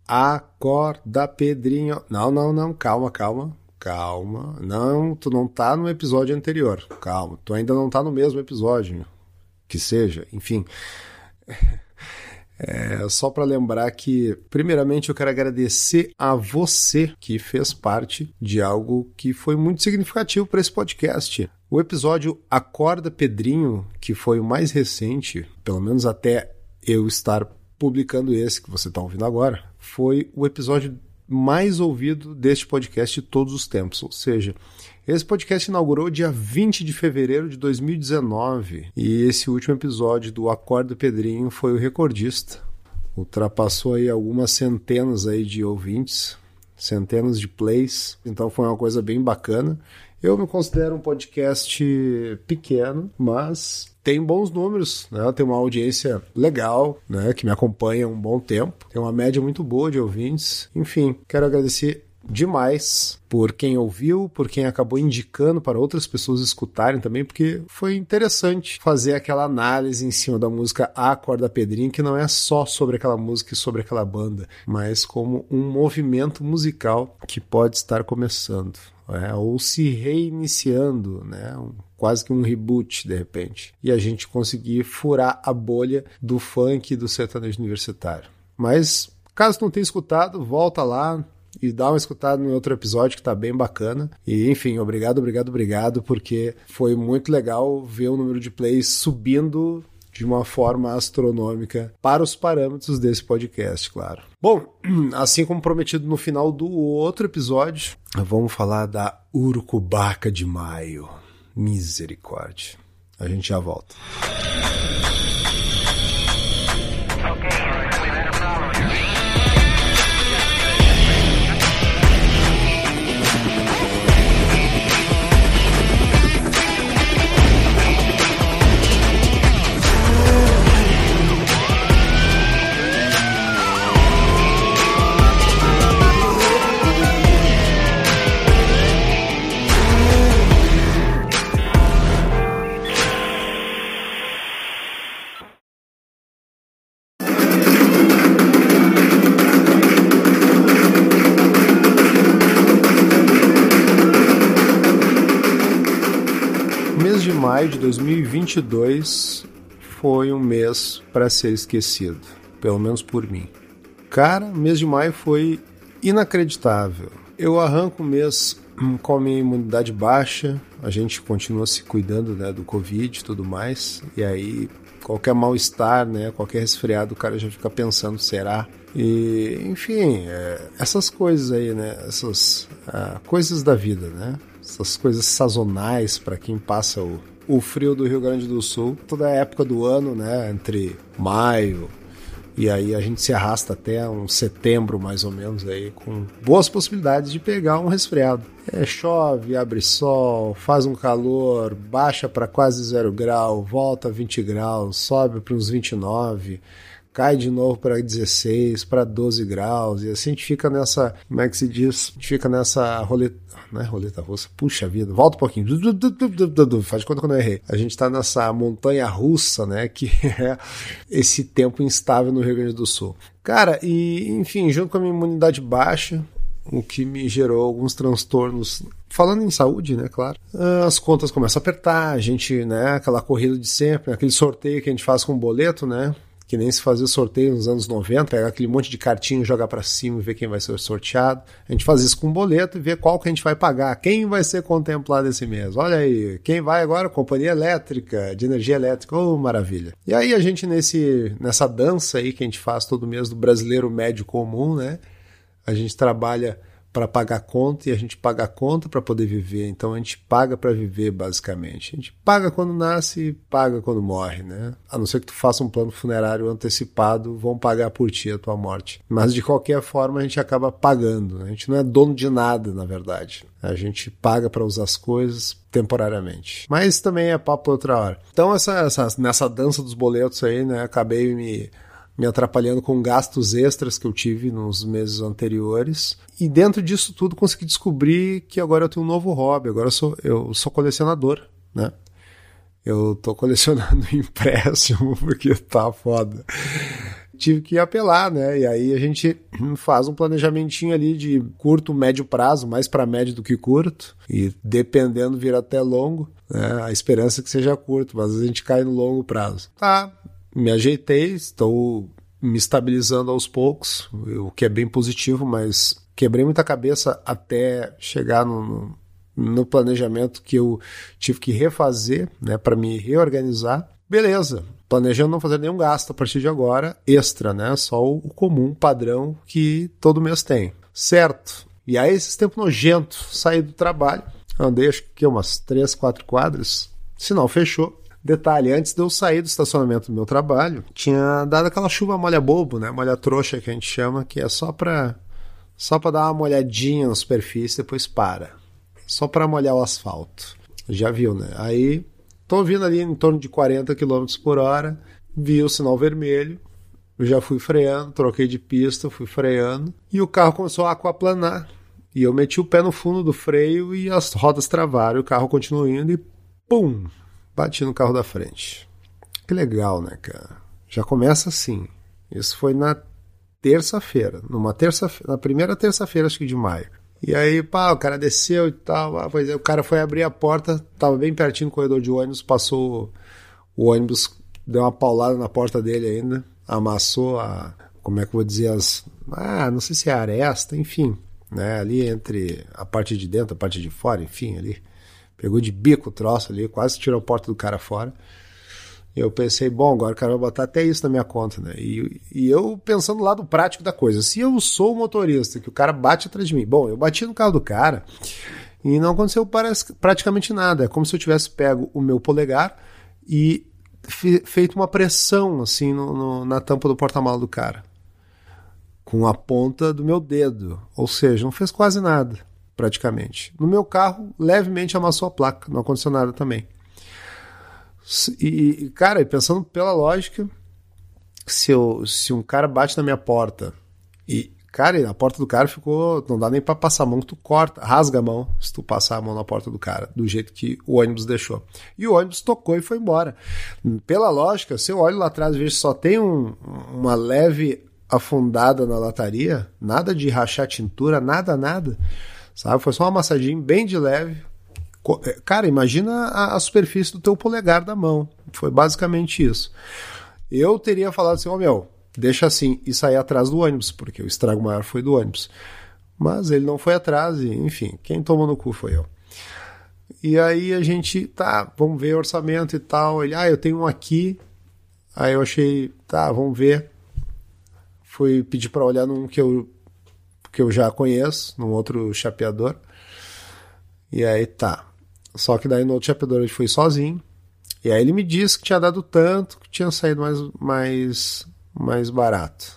Acorda, Pedrinho. Não, calma. Não, tu não tá no episódio anterior. Calma, tu ainda não tá no mesmo episódio. Que seja, enfim. Só para lembrar que, primeiramente, eu quero agradecer a você que fez parte de algo que foi muito significativo para esse podcast. O episódio Acorda, Pedrinho, que foi o mais recente, pelo menos até eu estar publicando esse que você está ouvindo agora, foi o episódio mais ouvido deste podcast de todos os tempos. Ou seja, esse podcast inaugurou dia 20 de fevereiro de 2019 e esse último episódio do Acorda Pedrinho foi o recordista. Ultrapassou aí algumas centenas aí de ouvintes, centenas de plays, então foi uma coisa bem bacana. Eu me considero um podcast pequeno, mas tem bons números, né? Tem uma audiência legal, né? Que me acompanha há um bom tempo. Tem uma média muito boa de ouvintes. Enfim, quero agradecer demais por quem ouviu, por quem acabou indicando para outras pessoas escutarem também, porque foi interessante fazer aquela análise em cima da música Acorda Pedrinho, que não é só sobre aquela música e sobre aquela banda, mas como um movimento musical que pode estar começando, ou se reiniciando, né? Quase que um reboot de repente, e a gente conseguir furar a bolha do funk e do sertanejo universitário. Mas caso não tenha escutado, volta lá e dá uma escutada no outro episódio que tá bem bacana. E enfim, obrigado, porque foi muito legal ver o número de plays subindo de uma forma astronômica para os parâmetros desse podcast, claro. Bom, assim como prometido no final do outro episódio, vamos falar da Urucubaca de Maio. Misericórdia. A gente já volta. Maio de 2022 foi um mês para ser esquecido, pelo menos por mim. Cara, o mês de maio foi inacreditável. Eu arranco o mês com a minha imunidade baixa, a gente continua se cuidando, né, do Covid e tudo mais, e aí qualquer mal-estar, né, qualquer resfriado, o cara já fica pensando, será? E, enfim, essas coisas aí, né, essas coisas da vida, né? Essas coisas sazonais para quem passa o frio do Rio Grande do Sul, toda a época do ano, né, entre maio e aí a gente se arrasta até um setembro mais ou menos aí, com boas possibilidades de pegar um resfriado. Chove, abre sol, faz um calor, baixa para quase 0 grau, volta a 20 graus, sobe para uns 29, cai de novo para 16, para 12 graus, e assim a gente fica nessa, como é que se diz? A gente fica nessa roleta russa, puxa vida, volta um pouquinho, faz de conta quando eu errei. A gente tá nessa montanha russa, né, que é esse tempo instável no Rio Grande do Sul. Cara, e enfim, junto com a minha imunidade baixa, o que me gerou alguns transtornos, falando em saúde, né, claro, as contas começam a apertar, a gente, né, aquela corrida de sempre, aquele sorteio que a gente faz com boleto, né, que nem se fazia sorteio nos anos 90, pegar aquele monte de cartinho, jogar pra cima e ver quem vai ser sorteado. A gente faz isso com um boleto e vê qual que a gente vai pagar, quem vai ser contemplado esse mês. Olha aí, quem vai agora? Companhia Elétrica, de energia elétrica, maravilha. E aí a gente nessa dança aí que a gente faz todo mês do brasileiro médio comum, né? A gente trabalha para pagar conta e a gente paga a conta para poder viver. Então a gente paga para viver, basicamente. A gente paga quando nasce e paga quando morre, né? A não ser que tu faça um plano funerário antecipado, vão pagar por ti a tua morte. Mas de qualquer forma a gente acaba pagando, né? A gente não é dono de nada, na verdade. A gente paga para usar as coisas temporariamente. Mas também é papo outra hora. Então nessa dança dos boletos aí, né? Acabei me atrapalhando com gastos extras que eu tive nos meses anteriores. E dentro disso tudo consegui descobrir que agora eu tenho um novo hobby. Agora eu sou colecionador, né? Eu tô colecionando empréstimo porque tá foda. tive que apelar, né? E aí a gente faz um planejamentinho ali de curto, médio prazo, mais para médio do que curto, e dependendo vir até longo, né? A esperança é que seja curto, mas a gente cai no longo prazo. Tá, me ajeitei, estou me estabilizando aos poucos, o que é bem positivo, mas quebrei muita cabeça até chegar no planejamento que eu tive que refazer, né, para me reorganizar. Beleza, planejando não fazer nenhum gasto a partir de agora, extra, né, só o comum, padrão que todo mês tem. Certo. E aí, esses tempos nojento, saí do trabalho, andei acho que umas 3, 4 quadras, sinal fechou. Detalhe, antes de eu sair do estacionamento do meu trabalho, tinha dado aquela chuva molha bobo, né, molha trouxa que a gente chama, que é só pra dar uma molhadinha na superfície, depois para. Só pra molhar o asfalto. Já viu, né? Aí, tô vindo ali em torno de 40 km por hora, vi o sinal vermelho, eu já fui freando, troquei de pista, fui freando, e o carro começou a aquaplanar. E eu meti o pé no fundo do freio e as rodas travaram, e o carro continuou indo e pum! Bati no carro da frente. Que legal, né, cara? Já começa assim. Isso foi na terça-feira. Na primeira terça-feira, acho que de maio. E aí, pá, o cara desceu e tal. Pois é, o cara foi abrir a porta, tava bem pertinho do corredor de ônibus, passou o ônibus, deu uma paulada na porta dele ainda, amassou como é que eu vou dizer, não sei se é aresta, enfim, né, ali entre a parte de dentro, a parte de fora, enfim, ali. Pegou de bico o troço ali, quase tirou a porta do cara fora. E eu pensei, bom, agora o cara vai botar até isso na minha conta, né? E eu pensando do lado prático da coisa. Se eu sou o motorista, que o cara bate atrás de mim. Bom, eu bati no carro do cara e não aconteceu praticamente nada. É como se eu tivesse pego o meu polegar e feito uma pressão, assim, na tampa do porta-mala do cara. Com a ponta do meu dedo. Ou seja, não fez quase nada, praticamente. No meu carro, levemente amassou a placa. Não aconteceu nada também. E cara, pensando pela lógica, se um cara bate na minha porta e, cara, a porta do cara ficou, não dá nem pra passar a mão, tu corta, rasga a mão se tu passar a mão na porta do cara, do jeito que o ônibus deixou. E o ônibus tocou e foi embora. Pela lógica, se eu olho lá atrás e vejo que só tem uma leve afundada na lataria, nada de rachar tintura, nada, sabe? Foi só uma amassadinha bem de leve. Cara, imagina a superfície do teu polegar da mão. Foi basicamente isso. Eu teria falado assim, deixa assim, e sair atrás do ônibus, porque o estrago maior foi do ônibus. Mas ele não foi atrás, e, enfim, quem tomou no cu foi eu. E aí a gente, vamos ver o orçamento e tal. Ele, eu tenho um aqui. Aí eu achei, vamos ver. Fui pedir para olhar num que eu já conheço, num outro chapeador. E aí Só que daí no outro chapeador ele foi sozinho. E aí ele me disse que tinha dado tanto, que tinha saído mais barato.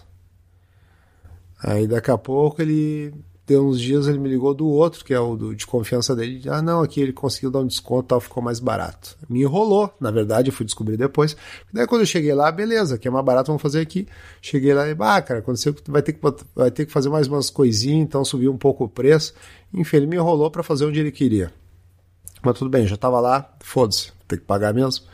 Aí daqui a pouco deu uns dias, ele me ligou do outro, que é o de confiança dele. Não, aqui ele conseguiu dar um desconto, tal, ficou mais barato. Me enrolou, na verdade, eu fui descobrir depois. Daí quando eu cheguei lá, beleza, que é mais barato, vamos fazer aqui. Cheguei lá e, cara, aconteceu que vai ter que fazer mais umas coisinhas, então subiu um pouco o preço. Enfim, ele me enrolou para fazer onde ele queria. Mas tudo bem, já tava lá, foda-se, tem que pagar mesmo.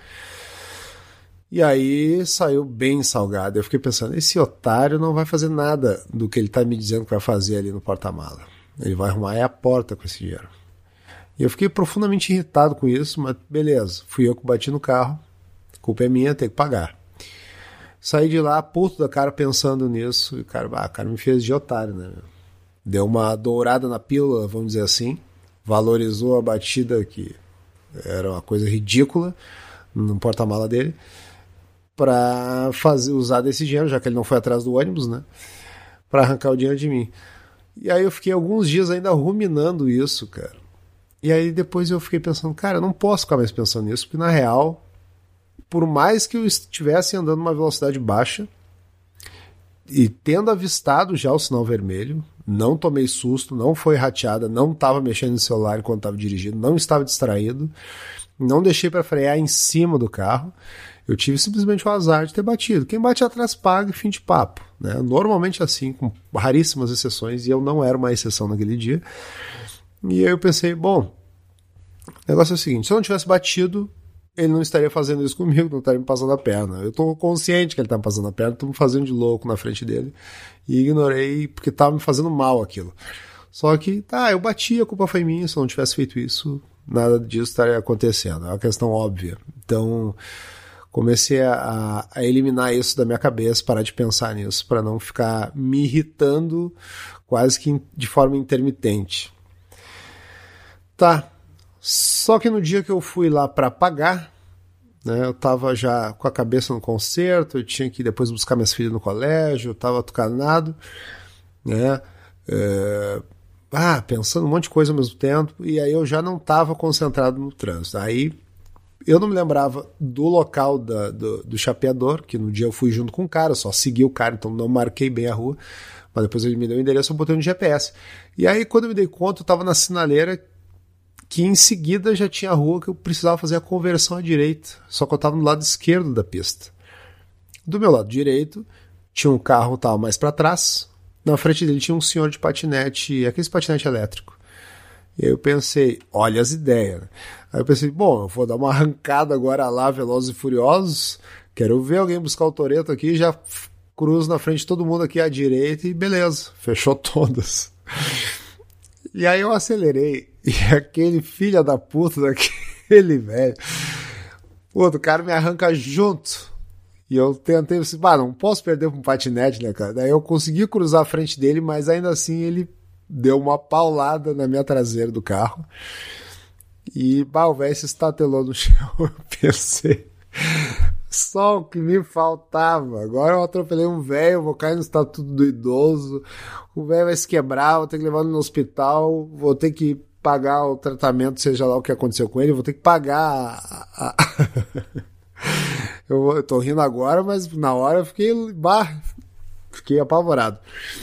E aí saiu bem salgado. Eu fiquei pensando, esse otário não vai fazer nada do que ele tá me dizendo que vai fazer ali no porta-mala. Ele vai arrumar a porta com esse dinheiro. E eu fiquei profundamente irritado com isso, mas beleza, fui eu que bati no carro, a culpa é minha, tem que pagar. Saí de lá, puto da cara, pensando nisso, e o cara me fez de otário, né? Deu uma dourada na pílula, vamos dizer assim, valorizou a batida, que era uma coisa ridícula, no porta-mala dele, para usar desse dinheiro, já que ele não foi atrás do ônibus, né? Para arrancar o dinheiro de mim. E aí eu fiquei alguns dias ainda ruminando isso, cara. E aí depois eu fiquei pensando, cara, eu não posso ficar mais pensando nisso, porque na real, por mais que eu estivesse andando numa velocidade baixa e tendo avistado já o sinal vermelho, não tomei susto, não foi rateada, não estava mexendo no celular enquanto estava dirigindo, não estava distraído, não deixei para frear em cima do carro. Eu tive simplesmente o azar de ter batido. Quem bate atrás paga e fim de papo, né? Normalmente assim, com raríssimas exceções, e eu não era uma exceção naquele dia. E aí eu pensei, bom, o negócio é o seguinte, se eu não tivesse batido, ele não estaria fazendo isso comigo, não estaria me passando a perna. Eu tô consciente que ele tá me passando a perna, tô me fazendo de louco na frente dele e ignorei porque tava me fazendo mal aquilo. Só que, eu bati, a culpa foi minha, se eu não tivesse feito isso, nada disso estaria acontecendo. É uma questão óbvia. Então, comecei a eliminar isso da minha cabeça, parar de pensar nisso, para não ficar me irritando quase que de forma intermitente. Tá. Só que no dia que eu fui lá para pagar, né, eu tava já com a cabeça no concerto, eu tinha que depois buscar minhas filhas no colégio, eu tava tucanado, né, pensando um monte de coisa ao mesmo tempo, e aí eu já não tava concentrado no trânsito. Aí eu não me lembrava do local do chapeador, que no dia eu fui junto com o cara, só segui o cara, então não marquei bem a rua, mas depois ele me deu o endereço, eu botei no GPS. E aí quando eu me dei conta, eu tava na sinaleira que em seguida já tinha a rua que eu precisava fazer a conversão à direita, só que eu estava no lado esquerdo da pista. Do meu lado direito, tinha um carro que estava mais para trás, na frente dele tinha um senhor de patinete, aquele patinete elétrico. E aí eu pensei, olha as ideias. Aí eu pensei, bom, eu vou dar uma arrancada agora lá, Velozes e Furiosos, quero ver alguém buscar o Toretto aqui, já cruzo na frente de todo mundo aqui à direita e beleza, fechou todas. E aí eu acelerei, e aquele filho da puta daquele velho, o cara me arranca junto. E eu tentei, não posso perder pra um patinete, né, cara? Daí eu consegui cruzar a frente dele, mas ainda assim ele deu uma paulada na minha traseira do carro. E, o velho se estatelou no chão, eu pensei, só o que me faltava. Agora eu atropelei um velho, vou cair no estatuto do idoso, o velho vai se quebrar, vou ter que levar ele no hospital, vou ter que pagar o tratamento, seja lá o que aconteceu com ele, vou ter que pagar eu tô rindo agora, mas na hora eu fiquei apavorado.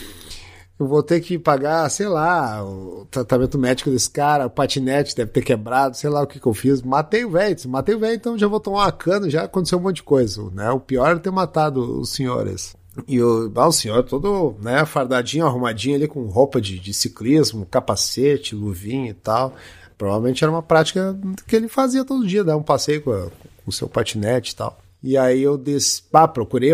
Eu vou ter que pagar, sei lá, o tratamento médico desse cara, o patinete deve ter quebrado, sei lá o que eu fiz. Matei o velho, então já vou tomar uma cana, já aconteceu um monte de coisa, né? O pior é ter matado os senhores. E o senhor todo, né, fardadinho, arrumadinho ali, com roupa de ciclismo, capacete, luvinha e tal. Provavelmente era uma prática que ele fazia todo dia, dar um passeio com o seu patinete e tal. E aí eu procurei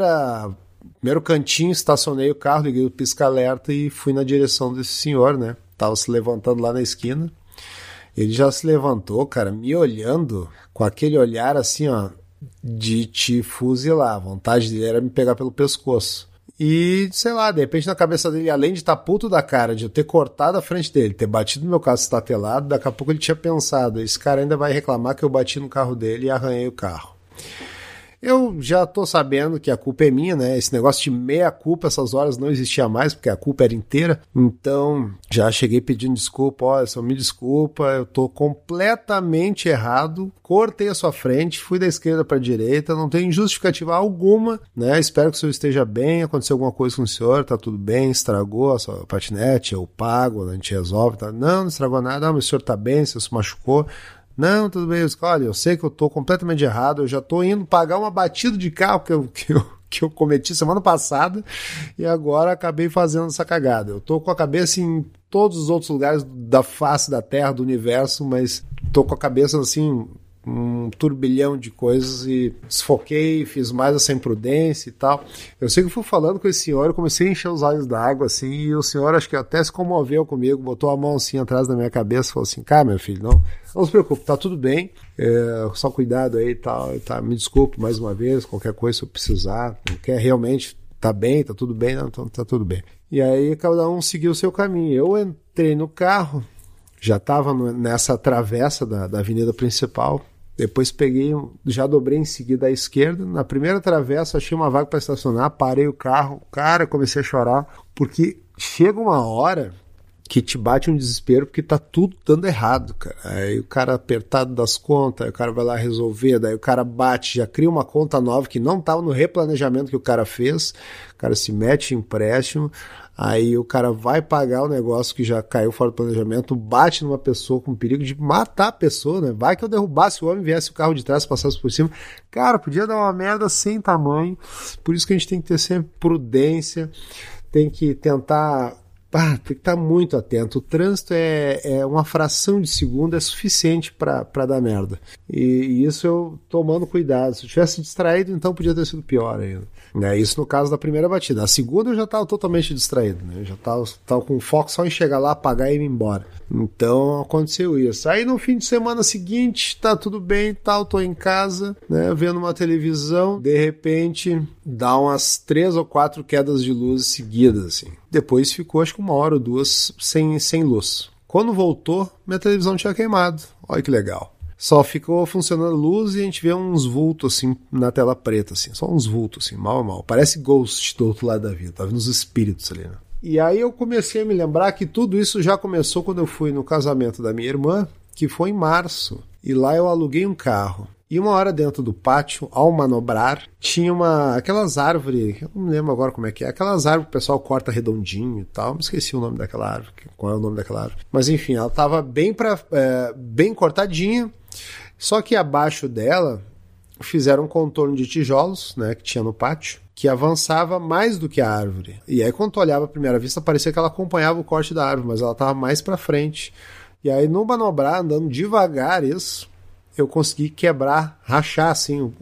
primeiro cantinho, estacionei o carro, liguei o pisca-alerta e fui na direção desse senhor, né? Tava se levantando lá na esquina. Ele já se levantou, cara, me olhando com aquele olhar assim, ó, de te fuzilar. A vontade dele era me pegar pelo pescoço. E, sei lá, de repente na cabeça dele, além de estar puto da cara, de eu ter cortado a frente dele, ter batido no meu carro estatelado, daqui a pouco ele tinha pensado, esse cara ainda vai reclamar que eu bati no carro dele e arranhei o carro. Eu já tô sabendo que a culpa é minha, né? Esse negócio de meia-culpa, essas horas não existia mais, porque a culpa era inteira. Então, já cheguei pedindo desculpa. Olha, só me desculpa, eu tô completamente errado. Cortei a sua frente, fui da esquerda pra direita, não tem justificativa alguma, né? Espero que o senhor esteja bem, aconteceu alguma coisa com o senhor, tá tudo bem, estragou a sua patinete, eu pago, a gente resolve, tá? Não estragou nada, mas o senhor tá bem, o senhor se machucou. Não, tudo bem, olha, eu sei que eu tô completamente errado, eu já tô indo pagar uma batida de carro que eu cometi semana passada e agora acabei fazendo essa cagada. Eu tô com a cabeça em todos os outros lugares da face da Terra, do universo, mas tô com a cabeça assim, um turbilhão de coisas e desfoquei, fiz mais essa imprudência e tal. Eu sei que eu fui falando com esse senhor, eu comecei a encher os olhos d'água assim, e o senhor acho que até se comoveu comigo, botou a mão assim atrás da minha cabeça e falou assim, cara, meu filho, não se preocupe, tá tudo bem, só cuidado aí e tal, tá, me desculpe mais uma vez, qualquer coisa se eu precisar, não quer realmente, tá bem, tá tudo bem, não, então tá tudo bem. E aí cada um seguiu o seu caminho. Eu entrei no carro, já estava nessa travessa da avenida principal, depois já dobrei em seguida à esquerda, na primeira travessa achei uma vaga para estacionar, parei o carro, cara, comecei a chorar, porque chega uma hora que te bate um desespero porque tá tudo dando errado, cara. Aí o cara apertado das contas, aí o cara vai lá resolver, daí o cara bate, já cria uma conta nova que não tava no replanejamento que o cara fez, o cara se mete em empréstimo, aí o cara vai pagar o negócio que já caiu fora do planejamento, bate numa pessoa com perigo de matar a pessoa, né? Vai que eu derrubasse o homem, viesse o carro de trás, passasse por cima. Cara, podia dar uma merda sem tamanho, por isso que a gente tem que ter sempre prudência, tem que tentar tem que estar muito atento. O trânsito é uma fração de segundo, é suficiente para dar merda. E isso eu tomando cuidado. Se eu tivesse distraído, então podia ter sido pior ainda. Isso no caso da primeira batida. A segunda eu já estava totalmente distraído, né? Eu já estava com foco só em chegar lá, apagar e ir embora. Então aconteceu isso. Aí no fim de semana seguinte, tá tudo bem, tal, tô em casa, né, vendo uma televisão, de repente dá umas 3 ou 4 quedas de luz seguidas, assim. Depois ficou acho que 1 hora ou 2 sem luz. Quando voltou, minha televisão tinha queimado. Olha que legal. Só ficou funcionando a luz e a gente vê uns vultos assim na tela preta, assim, só uns vultos assim, mal a mal. Parece Ghost do outro lado da vida, tá vendo os espíritos ali, né? E aí eu comecei a me lembrar que tudo isso já começou quando eu fui no casamento da minha irmã, que foi em março. E lá eu aluguei um carro. E uma hora dentro do pátio, ao manobrar, tinha aquelas árvores, eu não me lembro agora como é que é, aquelas árvores que o pessoal corta redondinho e tal, me esqueci o nome daquela árvore, qual é o nome daquela árvore. Mas enfim, ela estava bem cortadinha, só que abaixo dela fizeram um contorno de tijolos, né, que tinha no pátio, que avançava mais do que a árvore. E aí quando tu olhava à primeira vista, parecia que ela acompanhava o corte da árvore, mas ela estava mais para frente. E aí no manobrar, andando devagar isso, eu consegui rachar assim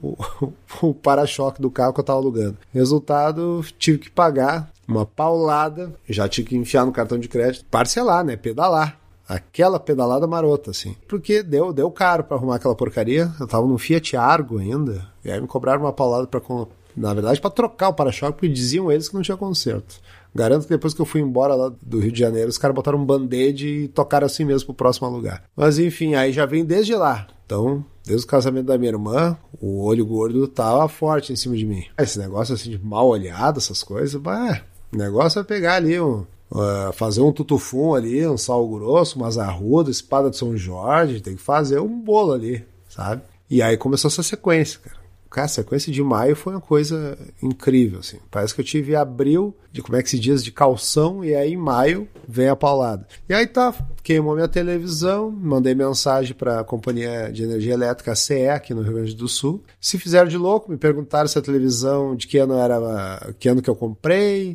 o para-choque do carro que eu estava alugando. Resultado, tive que pagar uma paulada, já tive que enfiar no cartão de crédito, parcelar, né, pedalar. Aquela pedalada marota, assim. Porque deu caro pra arrumar aquela porcaria. Eu tava num Fiat Argo ainda, e aí me cobraram uma paulada na verdade, pra trocar o para-choque, porque diziam eles que não tinha conserto. Garanto que depois que eu fui embora lá do Rio de Janeiro, os caras botaram um band-aid e tocaram assim mesmo pro próximo lugar. Mas enfim, aí já vem desde lá. Então, desde o casamento da minha irmã, o olho gordo tava forte em cima de mim. Esse negócio assim de mal olhado, essas coisas, o negócio é pegar ali fazer um tutufum ali, um sal grosso, umas arrudas, espada de São Jorge, tem que fazer um bolo ali, sabe? E aí começou essa sequência, cara. Cara, a sequência de maio foi uma coisa incrível, assim. Parece que eu tive abril, de calção, e aí em maio vem a paulada. E aí queimou minha televisão, mandei mensagem para a Companhia de Energia Elétrica, a CE, aqui no Rio Grande do Sul. Se fizeram de louco, me perguntaram se a televisão, de que ano que eu comprei,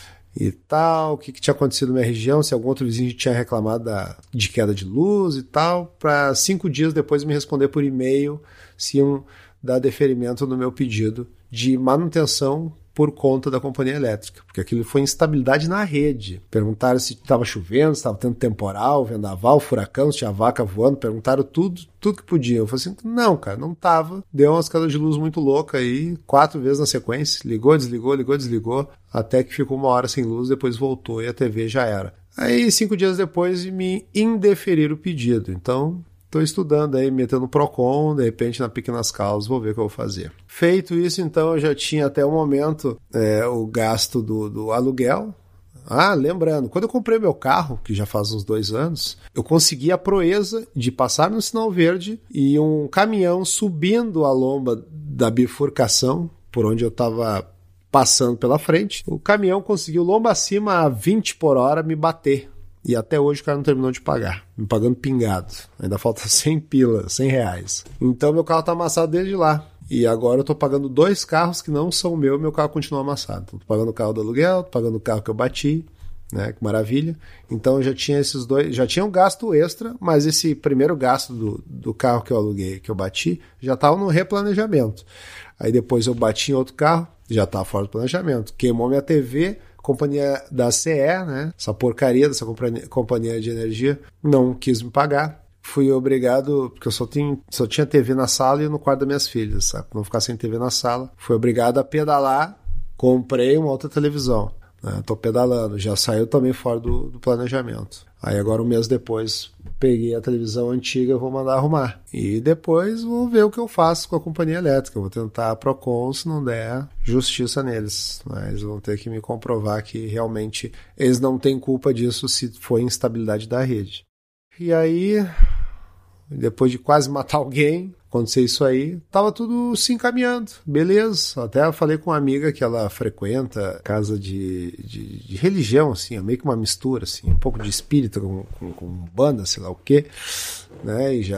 e tal, o que tinha acontecido na minha região, se algum outro vizinho tinha reclamado de queda de luz e tal, para 5 dias depois me responder por e-mail se iam dar deferimento no meu pedido de manutenção por conta da companhia elétrica, porque aquilo foi instabilidade na rede. Perguntaram se estava chovendo, se estava tendo temporal, vendaval, furacão, se tinha vaca voando, perguntaram tudo que podia. Eu falei assim, não, cara, não tava. Deu umas quedas de luz muito louca aí, 4 vezes na sequência, ligou, desligou, até que ficou 1 hora sem luz, depois voltou e a TV já era. Aí 5 dias depois me indeferiram o pedido, então estou estudando aí, metendo Procon, de repente na pequenas causas, vou ver o que eu vou fazer. Feito isso, então, eu já tinha até o momento o gasto do aluguel. Lembrando, quando eu comprei meu carro, que já faz uns 2 anos, eu consegui a proeza de passar no sinal verde e um caminhão subindo a lomba da bifurcação, por onde eu estava passando pela frente. O caminhão conseguiu lomba acima a 20 por hora me bater. E até hoje o cara não terminou de pagar, me pagando pingado. Ainda falta 100 pila, 100 reais. Então meu carro tá amassado desde lá. E agora eu tô pagando 2 carros que não são meu carro continua amassado. Então, tô pagando o carro do aluguel, tô pagando o carro que eu bati, né? Que maravilha. Então eu já tinha esses dois, já tinha um gasto extra, mas esse primeiro gasto do carro que eu aluguei, que eu bati, já tava no replanejamento. Aí depois eu bati em outro carro, já tava fora do planejamento. Queimou minha TV, companhia da CE, né? Essa porcaria dessa companhia de energia não quis me pagar. Fui obrigado, porque eu só tinha TV na sala e no quarto das minhas filhas, sabe? Pra não ficar sem TV na sala. Fui obrigado a pedalar, comprei uma outra televisão. Né? Tô pedalando, já saiu também fora do planejamento. Aí agora 1 mês depois peguei a televisão antiga, vou mandar arrumar. E depois vou ver o que eu faço com a companhia elétrica. Vou tentar a Procon, se não der, justiça neles. Mas vão ter que me comprovar que realmente eles não têm culpa disso se foi instabilidade da rede. E aí, depois de quase matar alguém, aconteceu isso aí, tava tudo se encaminhando, beleza. Até eu falei com uma amiga que ela frequenta casa de religião, assim, é meio que uma mistura, assim, um pouco de espírita com banda, sei lá o quê, né, e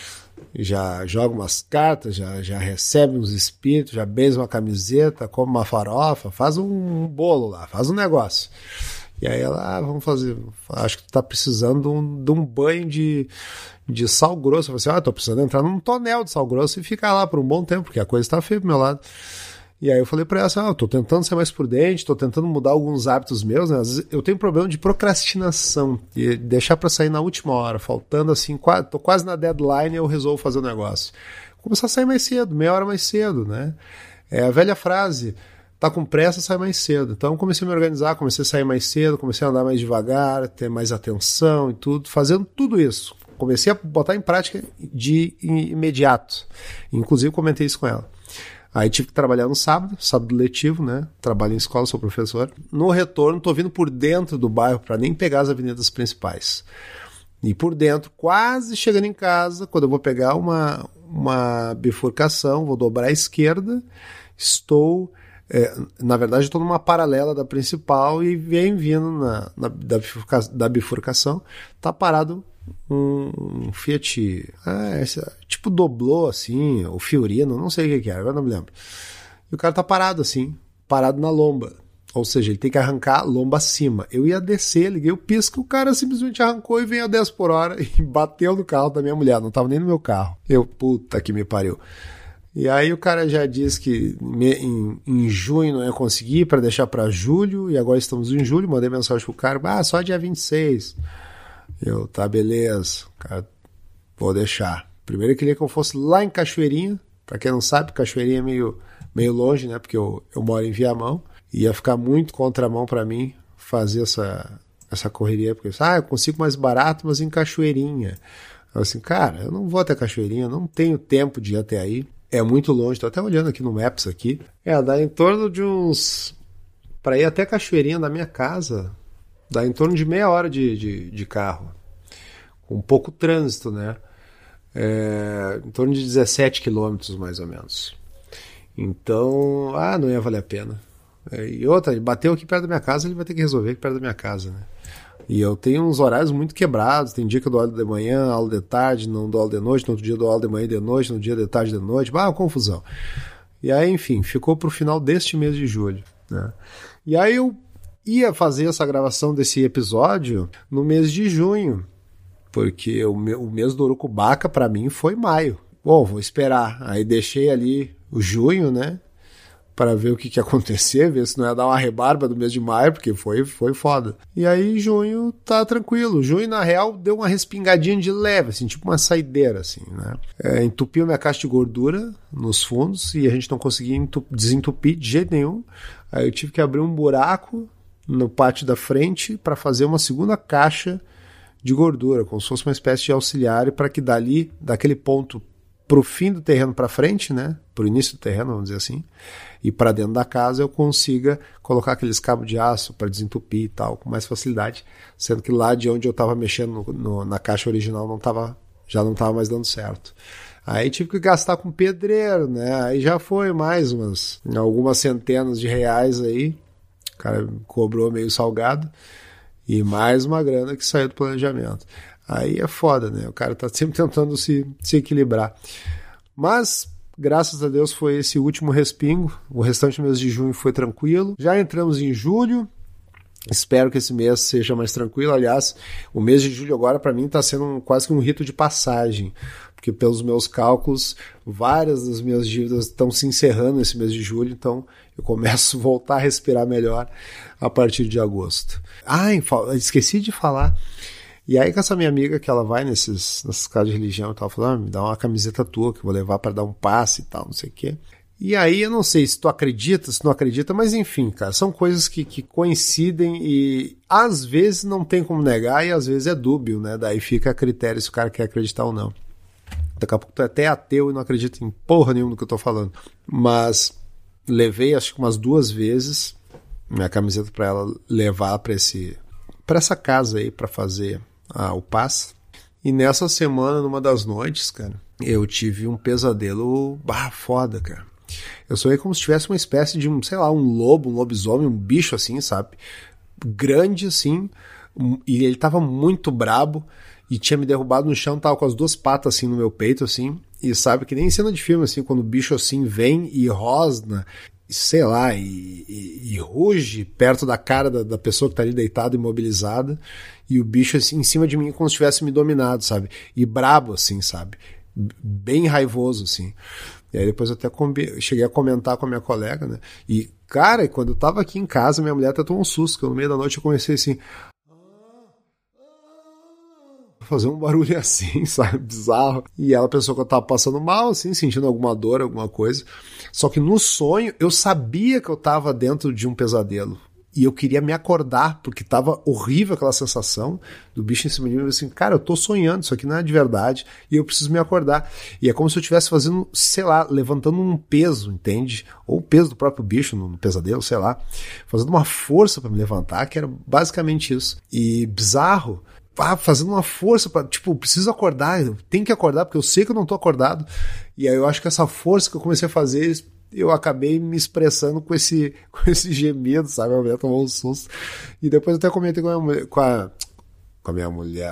já joga umas cartas, já recebe uns espíritos, já beija uma camiseta, come uma farofa, faz um bolo lá, faz um negócio. E aí ela, vamos fazer, acho que tu tá precisando de um banho de sal grosso. Eu falei assim, tô precisando entrar num tonel de sal grosso e ficar lá por um bom tempo, porque a coisa tá feia pro meu lado. E aí eu falei pra ela assim, eu tô tentando ser mais prudente, tô tentando mudar alguns hábitos meus, né? Às vezes eu tenho problema de procrastinação, de deixar pra sair na última hora, faltando assim, tô quase na deadline e eu resolvo fazer o negócio. Começar a sair mais cedo, meia hora mais cedo, né? É a velha frase, tá com pressa, sai mais cedo. Então comecei a me organizar, comecei a sair mais cedo, comecei a andar mais devagar, ter mais atenção e tudo, fazendo tudo isso. Comecei a botar em prática de imediato. Inclusive comentei isso com ela. Aí tive que trabalhar no sábado letivo, né? Trabalho em escola, sou professor. No retorno, tô vindo por dentro do bairro para nem pegar as avenidas principais. E por dentro, quase chegando em casa, quando eu vou pegar uma bifurcação, vou dobrar à esquerda, na verdade, estou numa paralela da principal e vem vindo da bifurcação, tá parado um Fiat, tipo Doblô, assim, o Fiorino, não sei o que é, agora não me lembro. E o cara tá parado assim, parado na lomba. Ou seja, ele tem que arrancar a lomba acima. Eu ia descer, liguei o pisca, o cara simplesmente arrancou e veio a 10 por hora e bateu no carro da minha mulher, não tava nem no meu carro. Puta que me pariu. E aí o cara já disse que em junho não ia conseguir, para deixar para julho, e agora estamos em julho, mandei mensagem pro cara, só dia 26. Tá, beleza, cara, vou deixar. Primeiro eu queria que eu fosse lá em Cachoeirinha, pra quem não sabe, Cachoeirinha é meio longe, né, porque eu moro em Viamão, ia ficar muito contramão pra mim fazer essa correria, porque eu consigo mais barato, mas em Cachoeirinha. Eu assim, cara, eu não vou até Cachoeirinha, não tenho tempo de ir até aí, é muito longe, tô até olhando aqui no Maps aqui, dá em torno de uns, pra ir até Cachoeirinha da minha casa, dá em torno de meia hora de carro, com pouco trânsito, né? Em torno de 17 quilômetros, mais ou menos. Então, não ia valer a pena. E outra, ele bateu aqui perto da minha casa, ele vai ter que resolver aqui perto da minha casa, né? E eu tenho uns horários muito quebrados, tem dia que eu dou aula de manhã, aula de tarde, não dou aula de noite, no outro dia eu dou aula de manhã e de noite, no dia de tarde de noite, confusão. E aí, enfim, ficou pro final deste mês de julho, né? E aí eu ia fazer essa gravação desse episódio no mês de junho, porque o mês do Urucubaca para mim foi maio. Bom, vou esperar. Aí deixei ali o junho, né, para ver o que ia acontecer, ver se não ia dar uma rebarba do mês de maio, porque foi foda. E aí junho tá tranquilo. Junho, na real, deu uma respingadinha de leve, assim, tipo uma saideira, assim, né. Entupiu minha caixa de gordura nos fundos e a gente não conseguia desentupir de jeito nenhum. Aí eu tive que abrir um buraco no pátio da frente para fazer uma segunda caixa de gordura, como se fosse uma espécie de auxiliar, para que daquele ponto pro fim do terreno para frente, né, pro início do terreno, vamos dizer assim, e para dentro da casa eu consiga colocar aqueles cabos de aço para desentupir e tal, com mais facilidade, sendo que lá de onde eu estava mexendo na caixa original já não estava mais dando certo. Aí tive que gastar com pedreiro, né, aí já foi mais algumas centenas de reais aí, o cara cobrou meio salgado, e mais uma grana que saiu do planejamento. Aí é foda, né? O cara tá sempre tentando se equilibrar. Mas, graças a Deus, foi esse último respingo. O restante do mês de junho foi tranquilo. Já entramos em julho. Espero que esse mês seja mais tranquilo. Aliás, o mês de julho agora, para mim, tá sendo quase que um rito de passagem. Porque, pelos meus cálculos, várias das minhas dívidas estão se encerrando nesse mês de julho. Então, eu começo a voltar a respirar melhor a partir de agosto. Esqueci de falar. E aí com essa minha amiga que ela vai nessas casas de religião e tal, falando, me dá uma camiseta tua que eu vou levar para dar um passe e tal, não sei o quê. E aí eu não sei se tu acredita, se não acredita, mas enfim, cara, são coisas que coincidem e às vezes não tem como negar e às vezes é dúbio, né? Daí fica a critério se o cara quer acreditar ou não. Daqui a pouco tu é até ateu e não acredita em porra nenhuma do que eu tô falando. Mas levei acho que umas 2 vezes minha camiseta para ela levar para essa casa aí para fazer o passe. E nessa semana, numa das noites, cara, eu tive um pesadelo foda, cara. Eu sonhei como se tivesse uma espécie de um lobo, um lobisomem, um bicho assim, sabe? Grande assim, e ele tava muito brabo e tinha me derrubado no chão, tava com as 2 patas assim no meu peito, assim, e sabe que nem em cena de filme, assim, quando o bicho assim vem e rosna sei lá, e ruge perto da cara da pessoa que tá ali deitada, imobilizada, e o bicho assim em cima de mim como se tivesse me dominado, sabe? E brabo, assim, sabe? Bem raivoso, assim. E aí depois eu até cheguei a comentar com a minha colega, né? E, cara, quando eu tava aqui em casa, minha mulher até tomou um susto, que no meio da noite eu comecei assim... fazer um barulho assim, sabe, bizarro. E ela pensou que eu tava passando mal, assim, sentindo alguma dor, alguma coisa. Só que no sonho, eu sabia que eu tava dentro de um pesadelo. E eu queria me acordar, porque tava horrível aquela sensação do bicho em cima de mim. Eu assim, cara, eu tô sonhando, isso aqui não é de verdade, e eu preciso me acordar. E é como se eu estivesse fazendo, sei lá, levantando um peso, entende? Ou o peso do próprio bicho no pesadelo, sei lá. Fazendo uma força para me levantar, que era basicamente isso. E bizarro, fazendo uma força para, tipo, preciso acordar, eu tenho que acordar, porque eu sei que eu não tô acordado. E aí eu acho que essa força que eu comecei a fazer, eu acabei me expressando com esse gemido, sabe? A mulher tomou um susto. E depois eu até comentei com a minha mulher, com a minha mulher.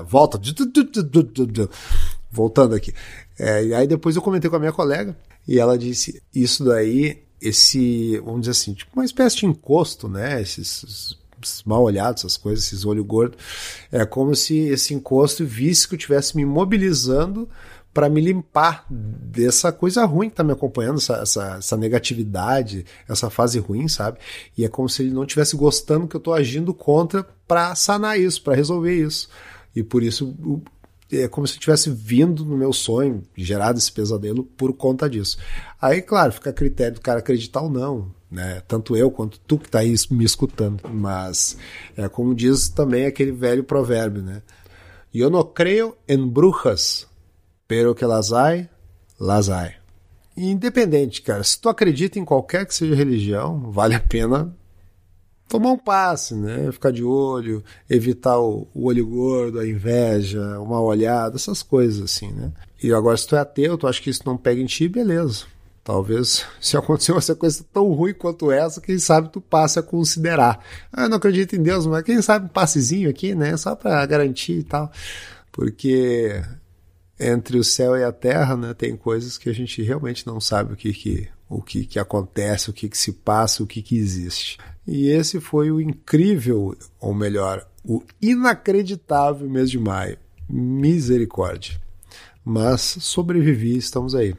Voltando aqui. E aí depois eu comentei com a minha colega, e ela disse, isso daí, vamos dizer assim, tipo uma espécie de encosto, né? Esses mal olhados, essas coisas, esses olhos gordos. É como se esse encosto visse que eu estivesse me mobilizando para me limpar dessa coisa ruim que tá me acompanhando, essa negatividade, essa fase ruim, sabe? E é como se ele não estivesse gostando que eu tô agindo contra para sanar isso, para resolver isso. E por isso é como se eu tivesse vindo no meu sonho, gerado esse pesadelo por conta disso. Aí, claro, fica a critério do cara acreditar ou não, né? Tanto eu quanto tu que tá aí me escutando. Mas é como diz também aquele velho provérbio, né? Eu não creio em brujas, pero que las hay, las hay. Independente, cara, se tu acredita em qualquer que seja religião, vale a pena tomar um passe, né? Ficar de olho, evitar o olho gordo, a inveja, o mal olhado, essas coisas assim, né? E agora, se tu é ateu, tu acha que isso não pega em ti, beleza. Talvez, se acontecer uma coisa tão ruim quanto essa, quem sabe tu passe a considerar. Eu não acredito em Deus, mas quem sabe um passezinho aqui, né? Só pra garantir e tal. Porque entre o céu e a terra, né, tem coisas que a gente realmente não sabe o que acontece, o que se passa, o que existe. E esse foi o incrível, ou melhor, o inacreditável mês de maio. Misericórdia. Mas sobrevivi, estamos aí.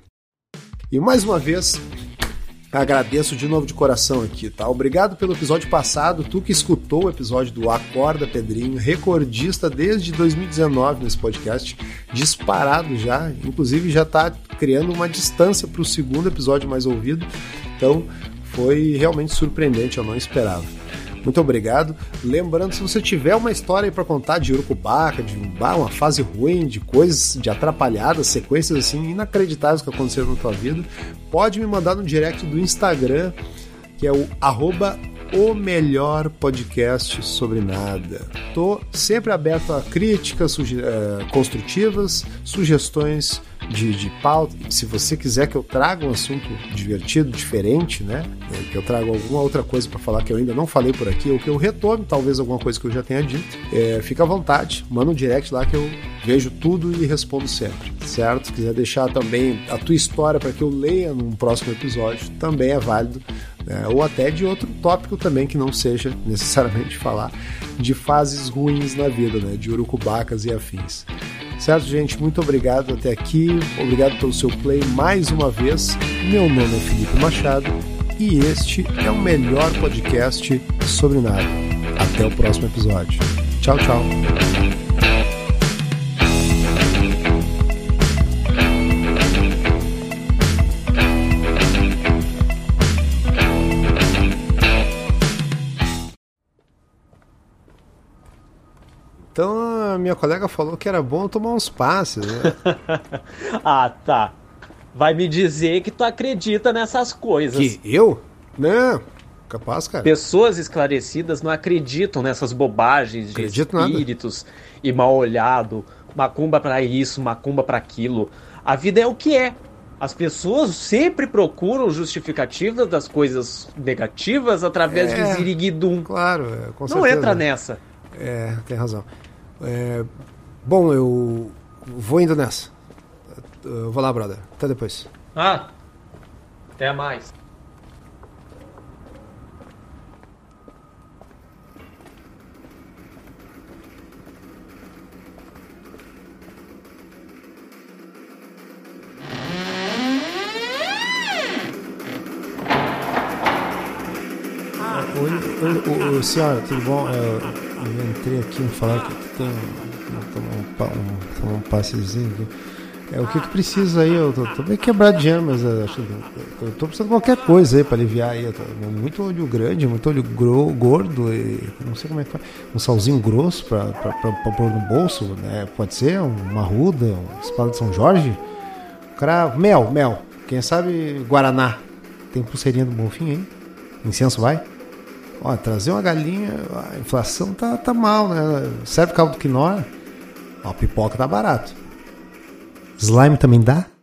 E mais uma vez, agradeço de novo de coração aqui, tá? Obrigado pelo episódio passado, tu que escutou o episódio do Acorda Pedrinho, recordista desde 2019 nesse podcast, disparado já, inclusive já tá criando uma distância para o segundo episódio mais ouvido, então foi realmente surpreendente, eu não esperava. Muito obrigado. Lembrando, se você tiver uma história aí pra contar de urucubaca, de uma fase ruim, de coisas, de atrapalhadas, sequências assim inacreditáveis que aconteceram na tua vida, pode me mandar no direct do Instagram, que é o melhor podcast sobre nada. Tô sempre aberto a críticas construtivas, sugestões de pauta. Se você quiser que eu traga um assunto divertido, diferente, né? Que eu traga alguma outra coisa para falar que eu ainda não falei por aqui, ou que eu retome talvez alguma coisa que eu já tenha dito, fica à vontade, manda um direct lá que eu vejo tudo e respondo sempre, certo? Se quiser deixar também a tua história para que eu leia num próximo episódio, também é válido, né? Ou até de outro tópico também que não seja necessariamente falar de fases ruins na vida, né? De urucubacas e afins. Certo, gente? Muito obrigado até aqui. Obrigado pelo seu play mais uma vez. Meu nome é Felipe Machado e este é o melhor podcast sobre nada. Até o próximo episódio. Tchau, tchau. Então a minha colega falou que era bom tomar uns passes, né? Ah, tá. Vai me dizer que tu acredita nessas coisas. Que eu? Não, capaz, cara. Pessoas esclarecidas não acreditam nessas bobagens de espíritos e mal olhado, macumba pra isso, macumba pra aquilo. A vida é o que é. As pessoas sempre procuram justificativas das coisas negativas através de ziriguidum. Claro, com certeza. Não entra nessa. Tem razão. Bom, eu vou indo nessa. Eu vou lá, brother. Até depois. Até mais. Senhora, tudo bom? Eu entrei aqui me falar que tem um passezinho aqui. O que precisa aí? Eu tô meio quebrado de dinheiro, mas eu tô precisando de qualquer coisa aí pra aliviar aí. Muito olho grande, muito olho gordo, e não sei como é que faz. Um salzinho grosso pra pôr no bolso, né? Pode ser uma arruda, uma espada de São Jorge. Mel. Quem sabe Guaraná. Tem pulseirinha do Bonfim aí? Incenso vai? Ó, trazer uma galinha, a inflação tá mal, né? Serve caldo do quinó. Ó, pipoca tá barato. Slime também dá?